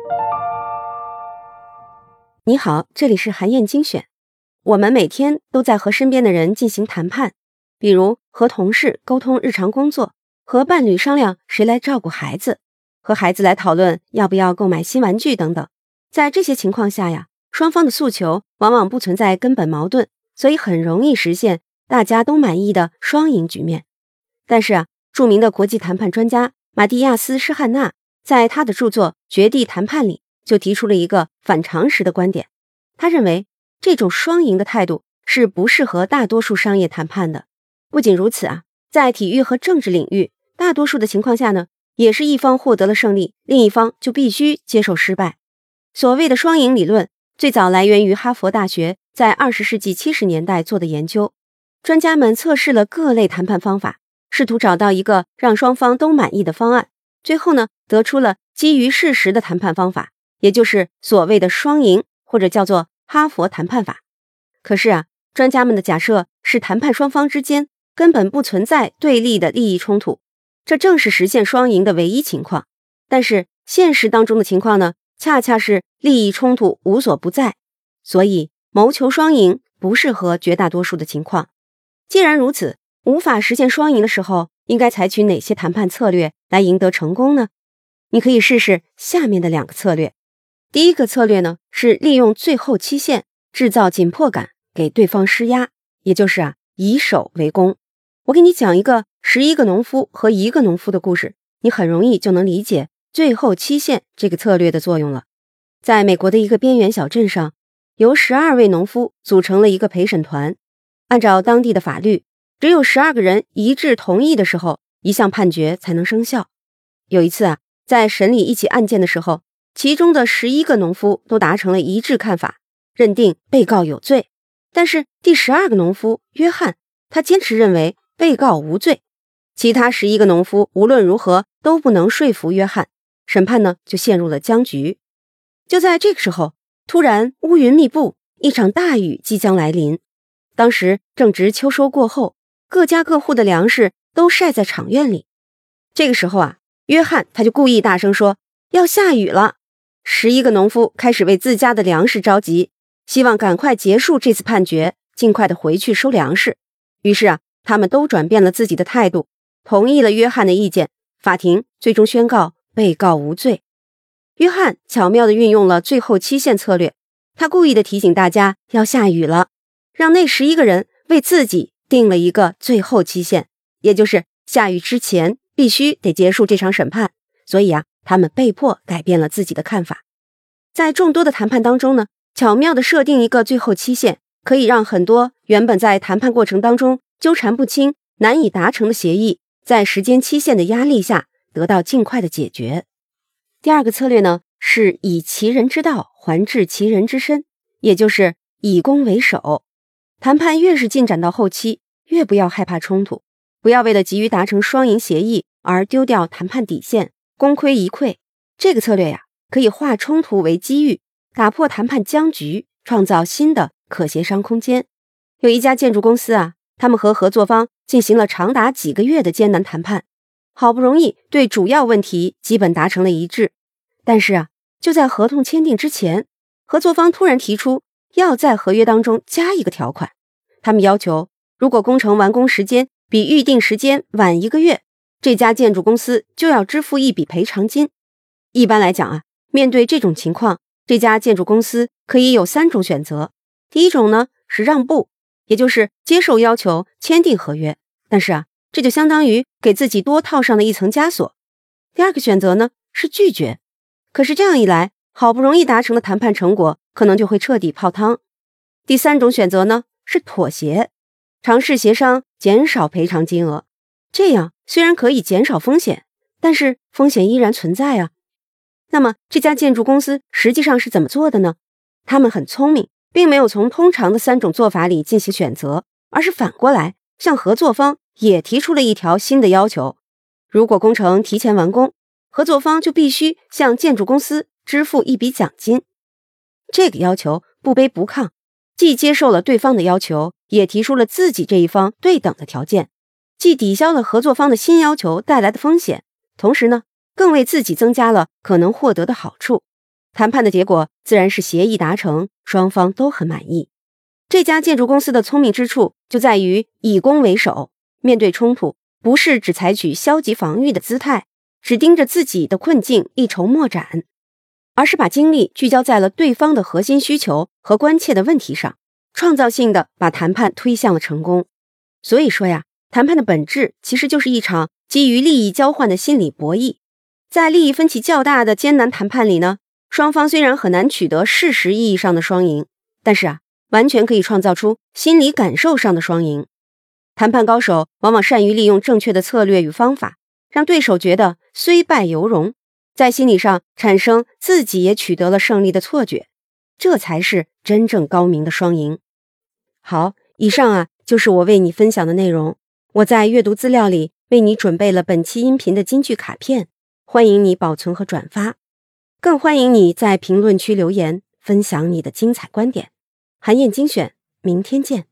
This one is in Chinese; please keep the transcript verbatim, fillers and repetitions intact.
你好，这里是韩燕精选。我们每天都在和身边的人进行谈判，比如和同事沟通日常工作，和伴侣商量谁来照顾孩子，和孩子来讨论要不要购买新玩具等等。在这些情况下呀，双方的诉求往往不存在根本矛盾，所以很容易实现大家都满意的双赢局面。但是啊，著名的国际谈判专家马蒂亚斯·施汉纳在他的著作《绝地谈判》里就提出了一个反常识的观点。他认为这种双赢的态度是不适合大多数商业谈判的。不仅如此啊，在体育和政治领域，大多数的情况下呢，也是一方获得了胜利，另一方就必须接受失败。所谓的双赢理论最早来源于哈佛大学在二十世纪七十年代做的研究。专家们测试了各类谈判方法，试图找到一个让双方都满意的方案，最后呢，得出了基于事实的谈判方法，也就是所谓的双赢，或者叫做哈佛谈判法。可是啊，专家们的假设是谈判双方之间根本不存在对立的利益冲突，这正是实现双赢的唯一情况。但是现实当中的情况呢，恰恰是利益冲突无所不在，所以谋求双赢不适合绝大多数的情况。既然如此，无法实现双赢的时候，应该采取哪些谈判策略来赢得成功呢？你可以试试下面的两个策略。第一个策略呢，是利用最后期限制造紧迫感，给对方施压，也就是啊，以守为攻。我给你讲一个十一个农夫和一个农夫的故事，你很容易就能理解最后期限这个策略的作用了。在美国的一个边缘小镇上，由十二位农夫组成了一个陪审团。按照当地的法律，只有十二个人一致同意的时候，一项判决才能生效。有一次啊，在审理一起案件的时候，其中的十一个农夫都达成了一致看法，认定被告有罪。但是第十二个农夫约翰，他坚持认为被告无罪。其他十一个农夫无论如何都不能说服约翰，审判呢就陷入了僵局。就在这个时候，突然乌云密布，一场大雨即将来临。当时正值秋收过后，各家各户的粮食都晒在场院里。这个时候啊，约翰他就故意大声说要下雨了。十一个农夫开始为自家的粮食着急，希望赶快结束这次判决，尽快的回去收粮食。于是啊，他们都转变了自己的态度，同意了约翰的意见。法庭最终宣告被告无罪。约翰巧妙地运用了最后期限策略，他故意地提醒大家要下雨了，让那十一个人为自己定了一个最后期限，也就是下雨之前必须得结束这场审判。所以啊，他们被迫改变了自己的看法。在众多的谈判当中呢，巧妙地设定一个最后期限，可以让很多原本在谈判过程当中纠缠不清、难以达成的协议，在时间期限的压力下得到尽快的解决。第二个策略呢，是以其人之道还治其人之身，也就是以攻为守。谈判越是进展到后期，越不要害怕冲突，不要为了急于达成双赢协议而丢掉谈判底线，功亏一篑。这个策略呀，可以化冲突为机遇，打破谈判僵局，创造新的可协商空间。有一家建筑公司啊，他们和合作方进行了长达几个月的艰难谈判，好不容易对主要问题基本达成了一致。但是啊，就在合同签订之前，合作方突然提出要在合约当中加一个条款。他们要求，如果工程完工时间比预定时间晚一个月，这家建筑公司就要支付一笔赔偿金。一般来讲啊，面对这种情况，这家建筑公司可以有三种选择。第一种呢，是让步，也就是接受要求签订合约，但是啊，这就相当于给自己多套上了一层枷锁。第二个选择呢，是拒绝。可是这样一来，好不容易达成的谈判成果可能就会彻底泡汤。第三种选择呢，是妥协，尝试协商减少赔偿金额。这样虽然可以减少风险，但是风险依然存在啊。那么这家建筑公司实际上是怎么做的呢？他们很聪明，并没有从通常的三种做法里进行选择，而是反过来向合作方也提出了一条新的要求。如果工程提前完工，合作方就必须向建筑公司支付一笔奖金。这个要求不卑不亢，既接受了对方的要求，也提出了自己这一方对等的条件，既抵消了合作方的新要求带来的风险，同时呢，更为自己增加了可能获得的好处。 谈判的结果自然是协议达成，双方都很满意。这家建筑公司的聪明之处就在于以攻为守，面对冲突，不是只采取消极防御的姿态，只盯着自己的困境一筹莫展，而是把精力聚焦在了对方的核心需求和关切的问题上，创造性的把谈判推向了成功。所以说呀，谈判的本质其实就是一场基于利益交换的心理博弈。在利益分歧较大的艰难谈判里呢，双方虽然很难取得事实意义上的双赢，但是啊，完全可以创造出心理感受上的双赢。谈判高手往往善于利用正确的策略与方法，让对手觉得虽败犹荣，在心理上产生自己也取得了胜利的错觉，这才是真正高明的双赢。好，以上啊就是我为你分享的内容。我在阅读资料里为你准备了本期音频的金句卡片，欢迎你保存和转发，更欢迎你在评论区留言分享你的精彩观点。韩燕精选，明天见。